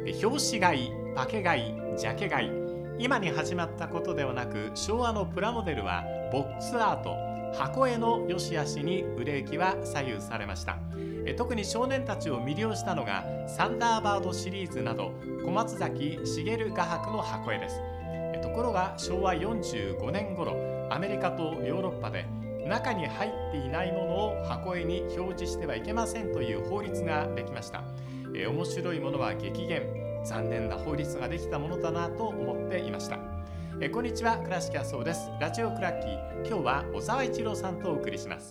表紙買い、パケ買い、ジャケ買い、今に始まったことではなく、昭和のプラモデルはボックスアート、箱絵の良し悪しに売れ行きは左右されました。特に少年たちを魅了したのがサンダーバードシリーズなど小松崎茂画伯の箱絵です。ところが昭和45年頃、アメリカとヨーロッパで中に入っていないものを箱絵に表示してはいけませんという法律ができました。面白いものは激減、残念な法律ができたものだなと思っていました。こんにちは、倉敷麻生です。ラジオクラッキー、今日は小沢一郎さんとお送りします。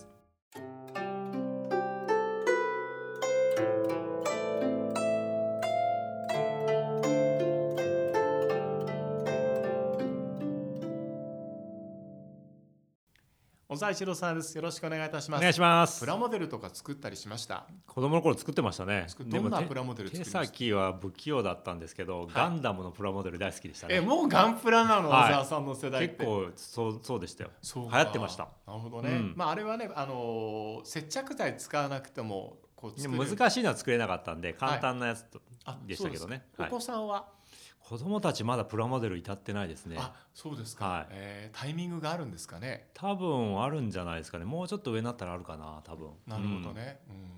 小沢一郎さんです。よろしくお願いいたします。 お願いします。 プラモデルとか作ったりしました？ 子供の頃作ってましたね。 どんなプラモデル作りました？ 手先は不器用だったんですけど、ガンダムのプラモデル大好きでしたね。 もうガンプラなの、小沢さんの世代って。 結構そうでしたよ。流行ってました。 なるほどね。あれはね、接着剤使わなくてもでも難しいのは作れなかったんで、簡単なやつでしたけどね。 お子さんは？ 子供たちまだプラモデル至ってないですね。 そうですか。タイミングがあるんですかね。 多分あるんじゃないですかね。もうちょっと上になったらあるかな、多分。 なるほどね。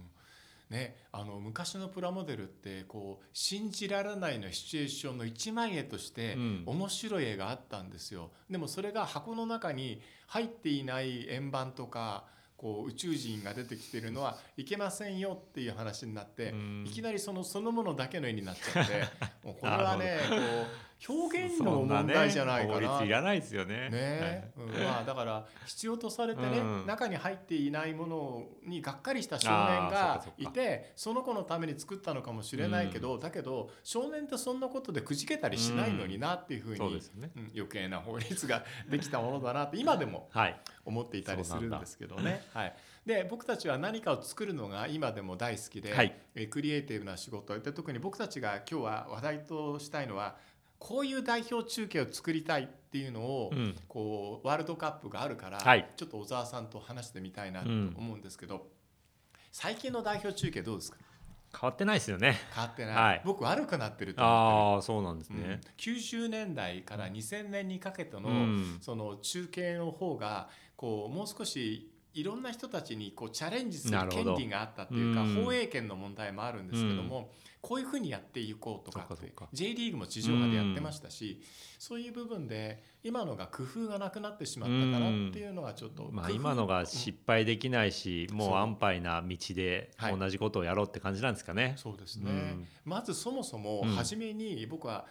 昔のプラモデルって信じられないのシチュエーションの一枚絵として面白い絵があったんですよ。でもそれが箱の中に入っていない円盤とか宇宙人が出てきているのはいけませんよっていう話になって、いきなりそのものだけの絵になっちゃってもうこれはね表現の問題じゃないかな。 法律いらないですよね。 だから必要とされてね、中に入っていないものにがっかりした少年がいて、その子のために作ったのかもしれないけど、だけど少年ってそんなことでくじけたりしないのになっていうふうに、余計な法律ができたものだなって今でも思っていたりするんですけどね。で僕たちは何かを作るのが今でも大好きで、クリエイティブな仕事で、特に僕たちが今日は話題としたいのはこういう代表中継を作りたいっていうのを、ワールドカップがあるから、ちょっと小沢さんと話してみたいなと思うんですけど、最近の代表中継どうですか？ 変わってないですよね。 変わってない、僕悪くなってると思ってる。 そうなんですね。 90年代から2000年にかけての、その中継の方がもう少しいろんな人たちにチャレンジする権利があったっていうか、放映権の問題もあるんですけども、こういうふうにやっていこうとかって J リーグも地上波でやってましたし、そういう部分で今のが工夫がなくなってしまったからっていうのがちょっと、 今のが失敗できないし、もう安牌な道で同じことをやろうって感じなんですかね。 そうですね。まずそもそも初めに僕は、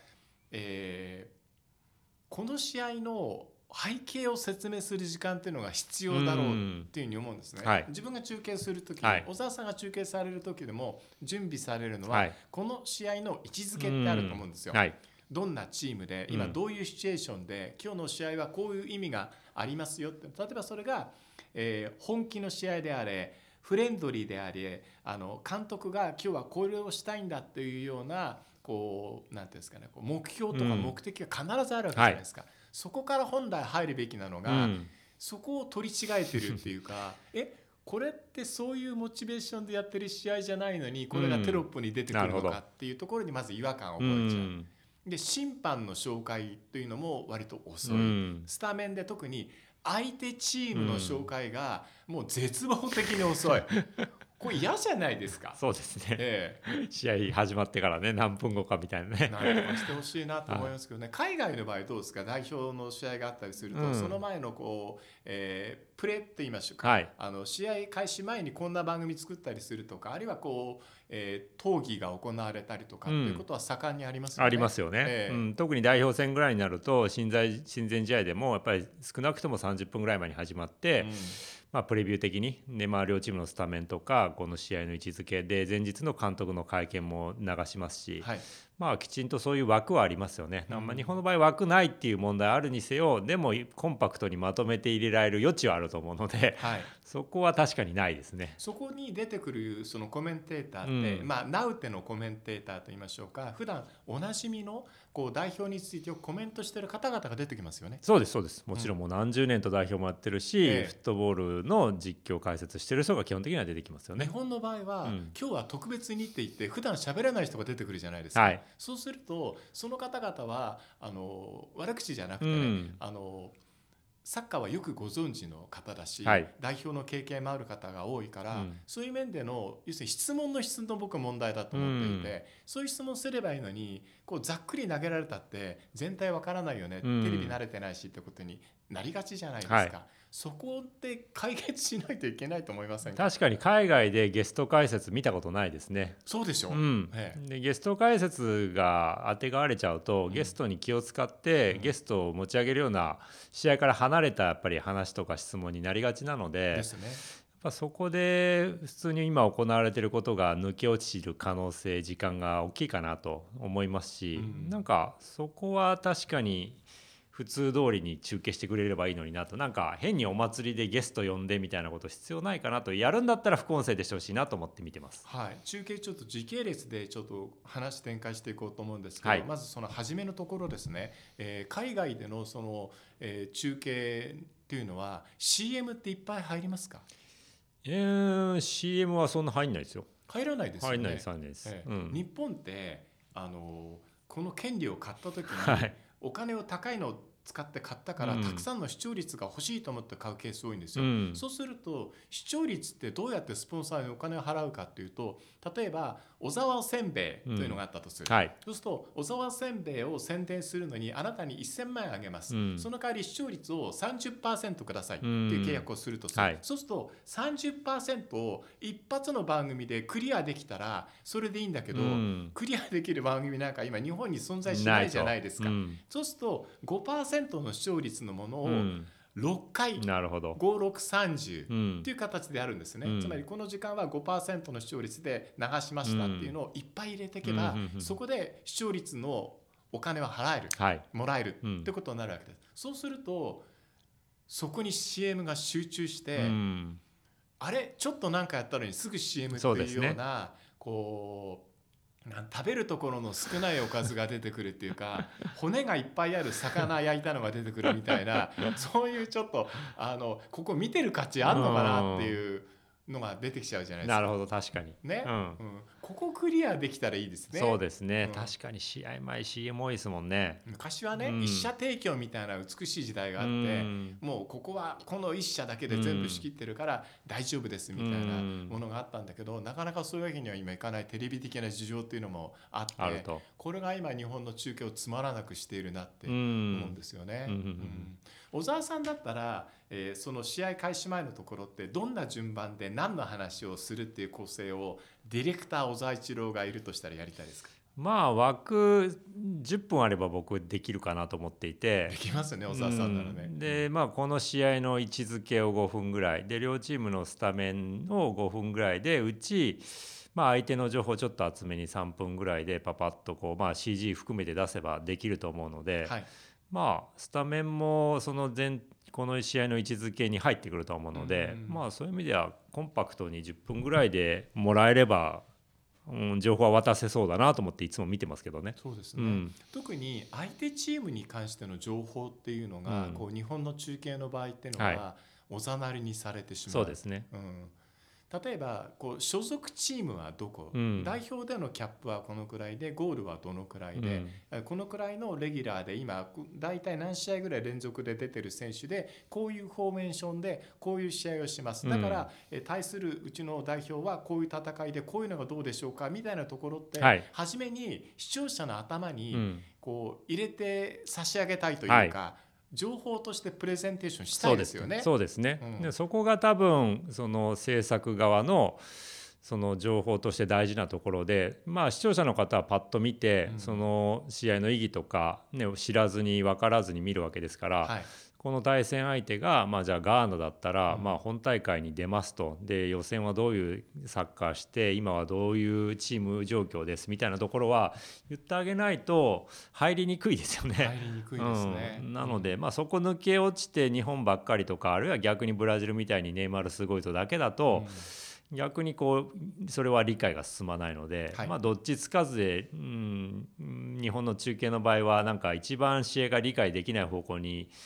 この試合の背景を説明する時間っていうのが必要だろうっていうふうに思うんですね。自分が中継するとき、小沢さんが中継されるときでも準備されるのは、この試合の位置づけってあると思うんですよ。どんなチームで今どういうシチュエーションで、今日の試合はこういう意味がありますよって、例えばそれが、本気の試合であれフレンドリーであれ、監督が今日はこれをしたいんだっていうようななんていうんですかね、目標とか目的が必ずあるわけじゃないですか。そこから本来入るべきなのが、そこを取り違えてるっていうかこれってそういうモチベーションでやってる試合じゃないのに、これがテロップに出てくるのかっていうところにまず違和感を覚えちゃう。で審判の紹介というのも割と遅い。スタメンで特に相手チームの紹介がもう絶望的に遅い。これ嫌じゃないですか。 そうですね。試合始まってからね、何分後かみたいなね。 何とかしてほしいなと思いますけどね。海外の場合どうですか？代表の試合があったりすると、その前のプレって言いましょうか、試合開始前にこんな番組作ったりするとか、あるいは討議が行われたりとかっていうことは盛んにありますよね。 ありますよね。特に代表戦ぐらいになると親善試合でもやっぱり少なくとも30分ぐらい前に始まって、プレビュー的に、両チームのスタメンとかこの試合の位置づけで前日の監督の会見も流しますし、きちんとそういう枠はありますよね。日本の場合枠ないっていう問題あるにせよ、でもコンパクトにまとめて入れられる余地はあると思うので、そこは確かにないですね。 そこに出てくるそのコメンテーターって、ナウテのコメンテーターといいましょうか、普段おなじみの代表についてコメントしている方々が出てきますよね。 そうですそうです。もちろんもう何十年と代表もやってるし、フットボールの実況解説してる人が基本的には出てきますよね。 日本の場合は、今日は特別にって言って普段喋らない人が出てくるじゃないですか。 そうするとその方々は悪口じゃなくてね、サッカーはよくご存知の方だし、代表の経験もある方が多いから、そういう面での要するに質問の質の僕問題だと思っていて、そういう質問すればいいのにこうざっくり投げられたって全体わからないよね、テレビ慣れてないしってことになりがちじゃないですか。そこで解決しないといけないと思いませんか？ 確かに海外でゲスト解説見たことないですね。 そうでしょう、 でゲスト解説があてがわれちゃうと、ゲストに気を使って、ゲストを持ち上げるような試合から離れたやっぱり話とか質問になりがちなので、 ですね、 やっぱそこで普通に今行われていることが抜け落ちる可能性、時間が大きいかなと思いますし、なんかそこは確かに普通通りに中継してくれればいいのになと、なんか変にお祭りでゲスト呼んでみたいなこと必要ないかなと、やるんだったら副音声でしてほしいなと思って見てます。 中継ちょっと時系列でちょっと話展開していこうと思うんですけど、まずその初めのところですね、海外でのその、中継っていうのは CM っていっぱい入りますか ？CM はそんな入んないですよ。 入らないですよね。 入んないです、 日本ってこの権利を買った時に、お金を高いのを使って買ったから、たくさんの視聴率が欲しいと思って買うケース多いんですよ、そうすると視聴率ってどうやってスポンサーにお金を払うかっていうと、例えば小沢せんべいというのがあったとする、そうすると小沢せんべいを宣伝するのにあなたに1000万円あげます、その代わり視聴率を 30% くださいっていう契約をするとする、そうすると 30% を一発の番組でクリアできたらそれでいいんだけど、クリアできる番組なんか今日本に存在しないじゃないですか、そうすると 5% の視聴率のものを6回、5630っていう形であるんですね、つまりこの時間は 5% の視聴率で流しましたっていうのをいっぱい入れていけば、そこで視聴率のお金は払える、もらえるってことになるわけです。そうするとそこに CM が集中して、あれちょっとなんかやったのにすぐ CM っていうような、こう食べるところの少ないおかずが出てくるっていうか骨がいっぱいある魚焼いたのが出てくるみたいなそういうちょっとここ見てる価値あんのかなっていうのが出てきちゃうじゃないですか。 なるほど、確かにね、ここクリアできたらいいですね。 そうですね、確かに試合前 CM 多いですもんね。 昔はね、一社提供みたいな美しい時代があって、もうここはこの一社だけで全部仕切ってるから大丈夫ですみたいなものがあったんだけど、なかなかそういうわけには今いかないテレビ的な事情っていうのもあって、これが今日本の中継をつまらなくしているなって思うんですよね。小沢さんだったら、その試合開始前のところってどんな順番で何の話をするっていう構成をディレクター小沢一郎がいるとしたらやりたいですか？ 枠10分あれば僕できるかなと思っていて。 できますよね、小沢さんならね。 でこの試合の位置づけを5分ぐらいで、両チームのスタメンを5分ぐらいで、うち相手の情報ちょっと厚めに3分ぐらいでパパッとCG 含めて出せばできると思うので、スタメンもこの試合の位置づけに入ってくると思うので、そういう意味ではコンパクトに10分ぐらいでもらえれば、情報は渡せそうだなと思っていつも見てますけどね。 そうですね、特に相手チームに関しての情報っていうのが、日本の中継の場合っていうのはおざなりにされてしまう。 そうですね、 例えば所属チームはどこ、代表でのキャップはこのくらいで、ゴールはどのくらいで、このくらいのレギュラーで今だいたい何試合ぐらい連続で出てる選手で、こういうフォーメーションでこういう試合をします、だから、対するうちの代表はこういう戦いでこういうのがどうでしょうかみたいなところって、初めに視聴者の頭に入れて差し上げたいというか、情報としてプレゼンテーションしたいですよね。 そうですね、でそこが多分その制作側のその情報として大事なところで、視聴者の方はパッと見て、その試合の意義とか、知らずに分からずに見るわけですから、この対戦相手が、じゃあガーナだったら、本大会に出ますと、で予選はどういうサッカーして今はどういうチーム状況ですみたいなところは言ってあげないと入りにくいですよね。 入りにくいですね、 なので、そこ抜け落ちて日本ばっかりとか、あるいは逆にブラジルみたいにネイマールすごいとだけだと、逆にそれは理解が進まないので、どっちつかずで、日本の中継の場合はなんか一番試合が理解できない方向に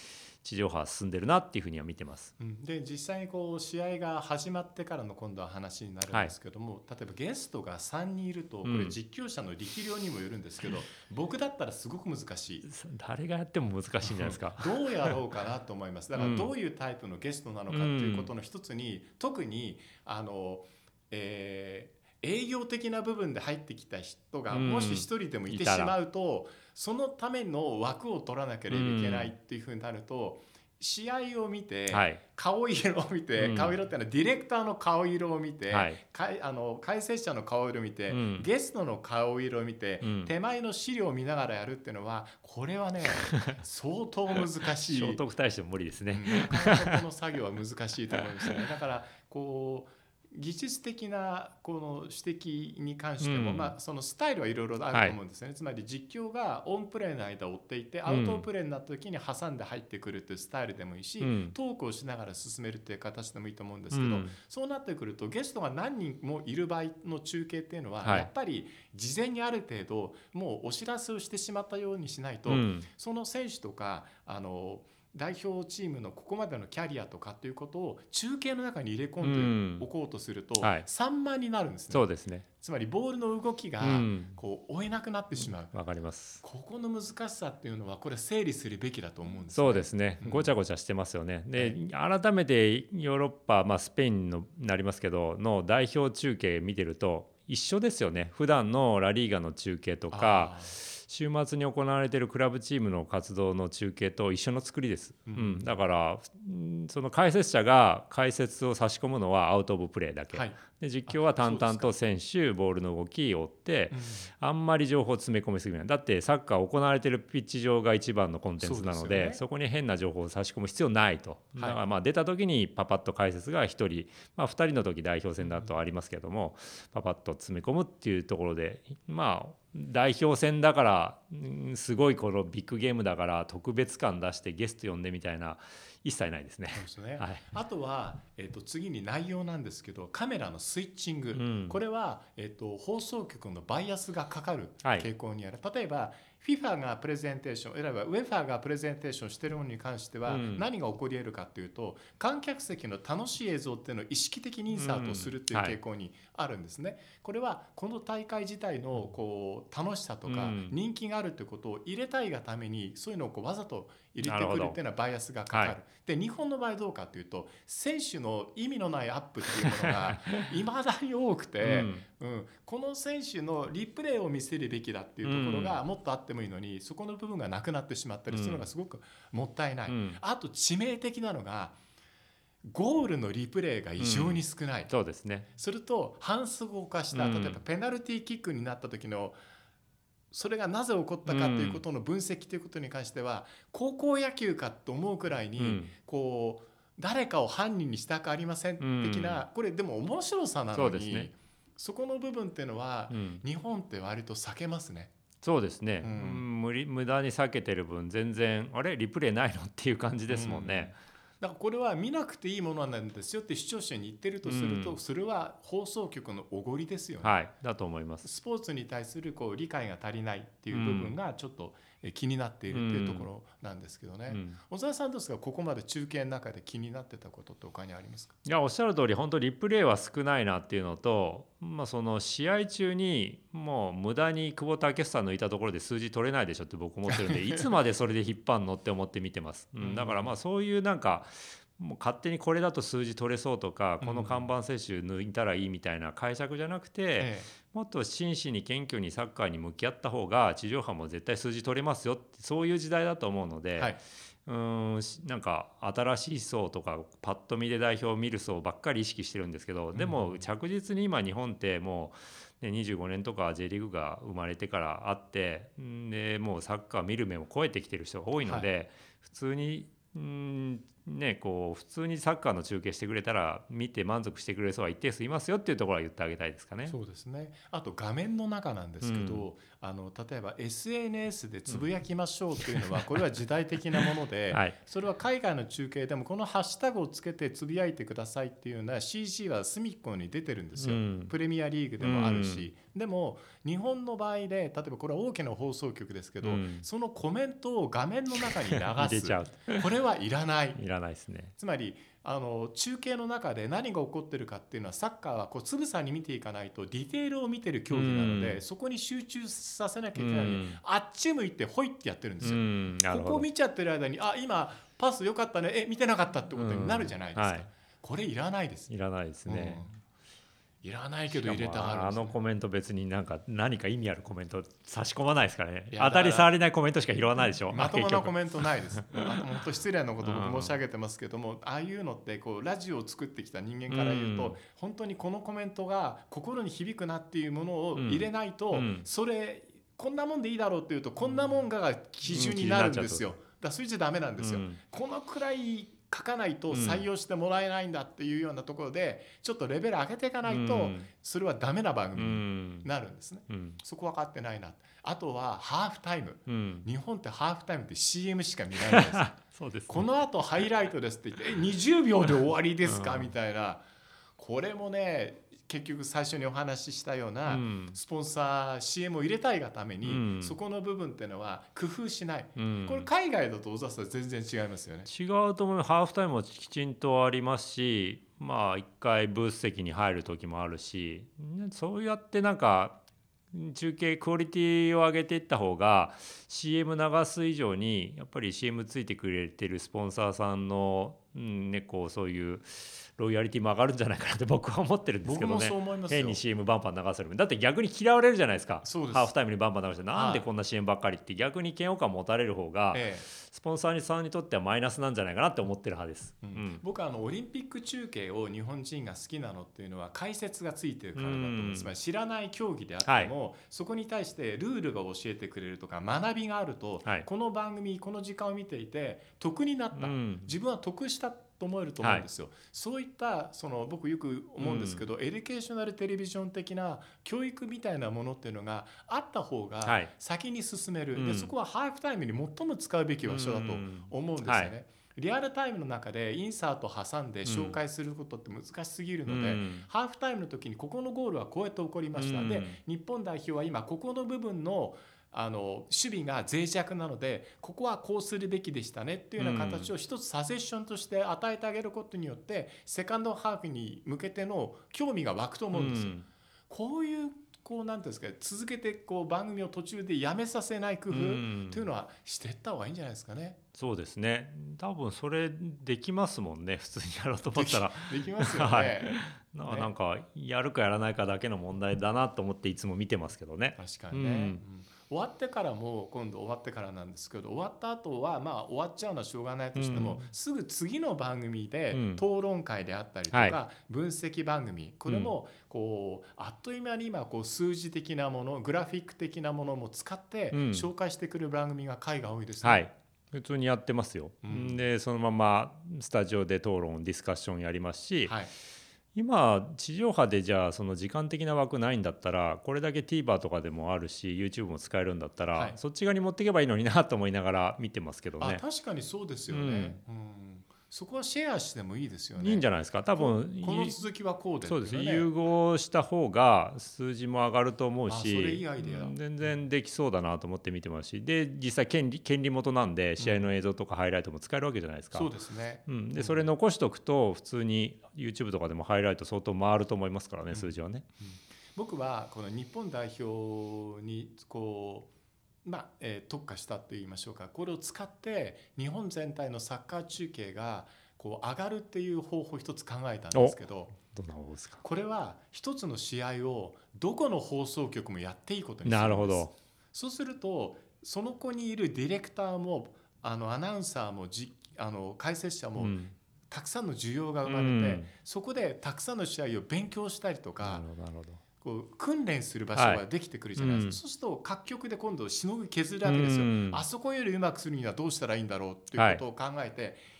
地上波進んでるなっていうふうには見てます。 で実際にこう試合が始まってからの今度は話になるんですけども、例えばゲストが3人いるとこれ実況者の力量にもよるんですけど、僕だったらすごく難しい。 誰がやっても難しいんじゃないですか。 どうやろうかなと思います。だからどういうタイプのゲストなのかっていうことの一つに、特に営業的な部分で入ってきた人がもし一人でもいてしまうと、そのための枠を取らなければいけないっていうふうになると、試合を見て顔色を見て、顔色っていうのはディレクターの顔色を見て、解説者の顔色を見て、ゲストの顔色を見て、手前の資料を見ながらやるっていうのは、これはね相当難しい。 聖徳太子も無理ですね。 なかなかこの作業は難しいと思いますね。だからこう技術的なこの指摘に関しても、そのスタイルはいろいろあると思うんですよね。つまり実況がオンプレーの間を追っていて、アウトプレーになった時に挟んで入ってくるというスタイルでもいいし、トークをしながら進めるという形でもいいと思うんですけど、そうなってくるとゲストが何人もいる場合の中継っていうのは、やっぱり事前にある程度もうお知らせをしてしまったようにしないと、その選手とか代表チームのここまでのキャリアとかっていうことを中継の中に入れ込んでおこうとすると散漫になるんですね。 そうですね。 つまりボールの動きがこう追えなくなってしまう。 わかります。 ここの難しさっていうのはこれ整理するべきだと思うんですね。 そうですね。ごちゃごちゃしてますよね。で、改めてヨーロッパ、スペインになりますけどの代表中継見てると一緒ですよね。普段のラリーガの中継とか週末に行われているクラブチームの活動の中継と一緒の作りです。だからその解説者が解説を差し込むのはアウトオブプレーだけ、で実況は淡々と選手ボールの動きを追って、あんまり情報を詰め込みすぎない。だってサッカー行われているピッチ上が一番のコンテンツなので、そこに変な情報を差し込む必要ないと。だから出た時にパパッと解説が1人、2人の時代表戦だとありますけども、パパッと詰め込むっていうところで、代表戦だからすごいこのビッグゲームだから特別感出してゲスト呼んでみたいな一切ないですね。 そうですね。あとは、次に内容なんですけど、カメラのスイッチング、これは、放送局のバイアスがかかる傾向にある。例えばFIFA がプレゼンテーション、UEFA がプレゼンテーションしているのに関しては何が起こり得るかというと、観客席の楽しい映像っていうのを意識的にインサートするっていう傾向にあるんですね。これはこの大会自体のこう楽しさとか人気があるということを入れたいがために、そういうのをこうわざと入れてくるっていうのはバイアスがかかる。で日本の場合どうかというと、選手の意味のないアップっていうものがいまだに多くて、この選手のリプレイを見せるべきだっていうところがもっとあってもいいのに、そこの部分がなくなってしまったりするのがすごくもったいない。あと致命的なのがゴールのリプレイが異常に少ない。 そうですね。 すると反則を犯した、例えばペナルティーキックになった時のそれがなぜ起こったかということの分析ということに関しては、高校野球かと思うくらいにこう誰かを犯人にしたくありません的な、これでも面白さなのに、そこの部分っていうのは日本って割と避けますね。 そうですね。無駄に避けてる分全然あれリプレイないのっていう感じですもんね。 だからこれは見なくていいものなんですよって視聴者に言ってるとすると、それは放送局のおごりですよね。 だと思います。 スポーツに対するこう理解が足りないっていう部分がちょっと気になっているっていうところなんですけどね。小沢さんですが、ここまで中継の中で気になってたことって他にありますか？ いや、おっしゃる通り本当リプレイは少ないなっていうのと、その試合中にもう無駄に久保建英さんのいたところで数字取れないでしょって僕思ってるんでいつまでそれで引っ張んのって思って見てます。だからそういうなんかもう勝手にこれだと数字取れそうとか、この看板選手抜いたらいいみたいな解釈じゃなくて、もっと真摯に謙虚にサッカーに向き合った方が地上波も絶対数字取れますよって、そういう時代だと思うので、なんか新しい層とかパッと見で代表を見る層ばっかり意識してるんですけど、でも着実に今日本ってもう25年とか J リーグが生まれてからあって、でもうサッカー見る目を超えてきてる人が多いので、普通にね、こう普通にサッカーの中継してくれたら見て満足してくれる人は一定数いますよっていうところは言ってあげたいですかね。 そうですね。あと画面の中なんですけど、例えば SNS でつぶやきましょうというのは、これは時代的なもので、はい、それは海外の中継でもこのハッシュタグをつけてつぶやいてくださいっていうような CG は隅っこに出てるんですよ、プレミアリーグでもあるし、でも日本の場合で例えばこれは大きな放送局ですけど、そのコメントを画面の中に流すこれはいらないですね。 つまり中継の中で何が起こってるかっていうのは、サッカーはこうつぶさに見ていかないとディテールを見てる競技なので、そこに集中させなきゃいけないのに、あっち向いてホイってやってるんですよ。ここを見ちゃってる間に今パス良かったね、見てなかったってことになるじゃないですか、はい、これいらないです。 いらないですね、 いらないけど入れたがるんですね。 コメント別に何か意味あるコメント差し込まないですからね。当たり障りないコメントしか拾わないでしょ。 まともなコメントないです。本当失礼なこと僕申し上げてますけども、ああいうのってこうラジオを作ってきた人間から言うと、本当にこのコメントが心に響くなっていうものを入れないと、それこんなもんでいいだろうっていうと、こんなもんが基準になるんですよ。だからそれじゃダメなんですよ。このくらい書かないと採用してもらえないんだっていうようなところで、ちょっとレベル上げていかないとそれはダメな番組になるんですね。そこ分かってないな。あとはハーフタイム、日本ってハーフタイムって CM しか見ないんですそうですね、 このあとハイライトですって言って20秒で終わりですかみたいな。これもね、結局最初にお話ししたようなスポンサー CM を入れたいがために、そこの部分っていうのは工夫しない、これ海外だと小沢さん全然違いますよね。 違うと思います。ハーフタイムもきちんとありますし、一回ブース席に入る時もあるし、そうやって中継クオリティを上げていった方が CM 流す以上にやっぱり CM ついてくれてるスポンサーさんの、こうそういうロイヤリティも上がるんじゃないかなって僕は思ってるんですけどね。 僕もそう思いますよ。 変に CM バンバン流せる。だって逆に嫌われるじゃないですか。 そうです。 ハーフタイムにバンバン流してなんでこんな CM ばっかりって逆に嫌悪感持たれる方が、スポンサーさんにとってはマイナスなんじゃないかなって思ってる派です。 僕はオリンピック中継を日本人が好きなのっていうのは解説がついてるからだと思うんです。つまり知らない競技であっても、そこに対してルールが教えてくれるとか学びがあると、この番組この時間を見ていて得になった、自分は得したと思えると思うんですよ。そういった僕よく思うんですけど、エデュケーショナルテレビジョン的な教育みたいなものっていうのがあった方が先に進める、でそこはハーフタイムに最も使うべき場所だと思うんですよね。リアルタイムの中でインサート挟んで紹介することって難しすぎるので、ハーフタイムの時にここのゴールはこうやって起こりました、で日本代表は今ここの部分の守備が脆弱なのでここはこうするべきでしたねっていうような形を一つサジェッションとして与えてあげることによってセカンドハーフに向けての興味が湧くと思うんですよ。こういうなんていうんですか、続けて番組を途中でやめさせない工夫というのはしていった方がいいんじゃないですかね。 そうですね。多分それできますもんね。普通にやろうと思ったらできますよね。 なんかやるかやらないかだけの問題だなと思っていつも見てますけどね。 確かにね。終わってからも今度終わってからなんですけど、終わった後は終わっちゃうのはしょうがないとしても、すぐ次の番組で討論会であったりとか、分析番組、これもあっという間に今数字的なもの、グラフィック的なものも使って紹介してくる番組が海外多いですね。 普通にやってますよ。でそのままスタジオで討論ディスカッションやりますし、今地上波でじゃあその時間的な枠ないんだったら、これだけ TVer とかでもあるし YouTube も使えるんだったら、そっち側に持っていけばいいのになと思いながら見てますけどね。 確かにそうですよね。そこはシェアしてもいいですよね。 いいんじゃないですか。多分この続きはこうで、 そうです。融合した方が数字も上がると思うし、 それいいアイデア。 全然できそうだなと思って見てますし、で実際権利元なんで試合の映像とかハイライトも使えるわけじゃないですか。 そうですね。 でそれ残しておくと普通に YouTube とかでもハイライト相当回ると思いますからね、数字はね。 僕はこの日本代表に特化したといいましょうか、これを使って日本全体のサッカー中継が上がるっていう方法を一つ考えたんですけど、 どんな方法ですか。 これは一つの試合をどこの放送局もやっていいことにするんです。 なるほど。 そうするとその子にいるディレクターもアナウンサーも解説者も、たくさんの需要が生まれて、そこでたくさんの試合を勉強したりとか、訓練する場所ができてくるじゃないですか。そうすると各局で今度しのぎ削るわけですよ。あそこよりうまくするにはどうしたらいいんだろうっていうことを考えて、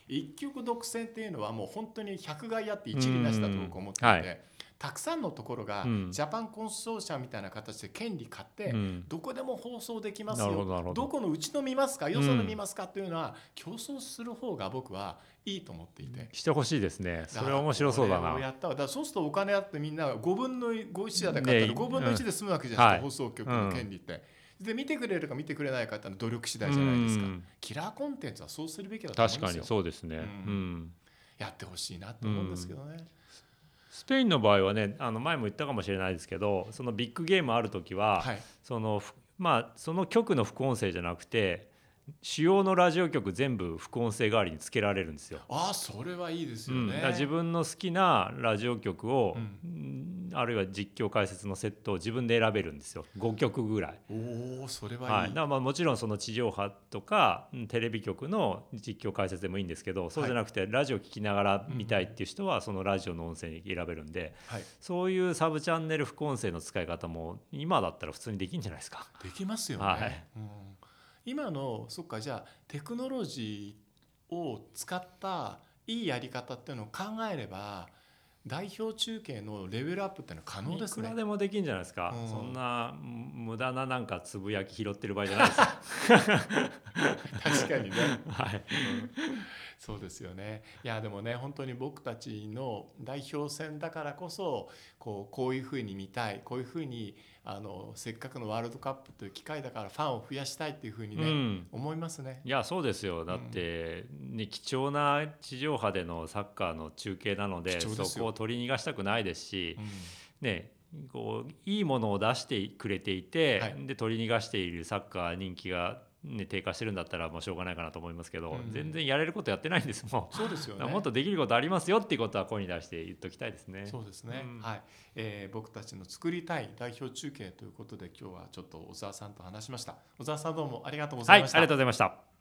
一極独占っていうのはもう本当に百害あって一利なしだと僕思っていて、はい、たくさんのところがジャパンコンソーシアみたいな形で権利買ってどこでも放送できますよ、どこのうちの見ますかよその見ますかというのは競争する方が僕はいいと思っていて、 してほしいですね。それは面白そうだな。 だからそうするとお金あってみんな5分の1社で買ったら5分の1で済むわけじゃないですか、放送局の権利って。で見てくれるか見てくれないかってのは努力次第じゃないですか。キラーコンテンツはそうするべきだと思うんですよ。 確かにそうですね。 やってほしいなと思うんですけどね。 スペインの場合はね、前も言ったかもしれないですけど、そのビッグゲームある時は、はい、その局の副音声じゃなくて主要のラジオ局全部副音声代わりにつけられるんですよ。 それはいいですよね。 だから自分の好きなラジオ局を、あるいは実況解説のセットを自分で選べるんですよ。5曲ぐらい。 それはいい。 だからもちろんその地上波とかテレビ局の実況解説でもいいんですけど、そうじゃなくてラジオ聞きながら見たいっていう人はそのラジオの音声に選べるんで、そういうサブチャンネル副音声の使い方も今だったら普通にできるんじゃないですか。 できますよね。今のじゃあテクノロジーを使ったいいやり方っていうのを考えれば代表中継のレベルアップってのは可能ですね。 いくらでもできるんじゃないですか。そんな無駄ななんかつぶやき拾ってる場合じゃないです確かにね、はいそうですよね。いやでもね、本当に僕たちの代表戦だからこそこういうふうに見たい、こういうふうにせっかくのワールドカップという機会だからファンを増やしたいっていうふうにね、思いますね。 いやそうですよ。だって、貴重な地上波でのサッカーの中継なので、そこを取り逃がしたくないですし、こういいものを出してくれていて、で取り逃がしているサッカー人気が低下してるんだったらもうしょうがないかなと思いますけど、全然やれることやってないんですもん。 そうですよね。 もっとできることありますよっていうことは声に出して言っときたいですね。 そうですね、はい。僕たちの作りたい代表中継ということで今日はちょっと小沢さんと話しました。小沢さんどうもありがとうございました。 はい、ありがとうございました。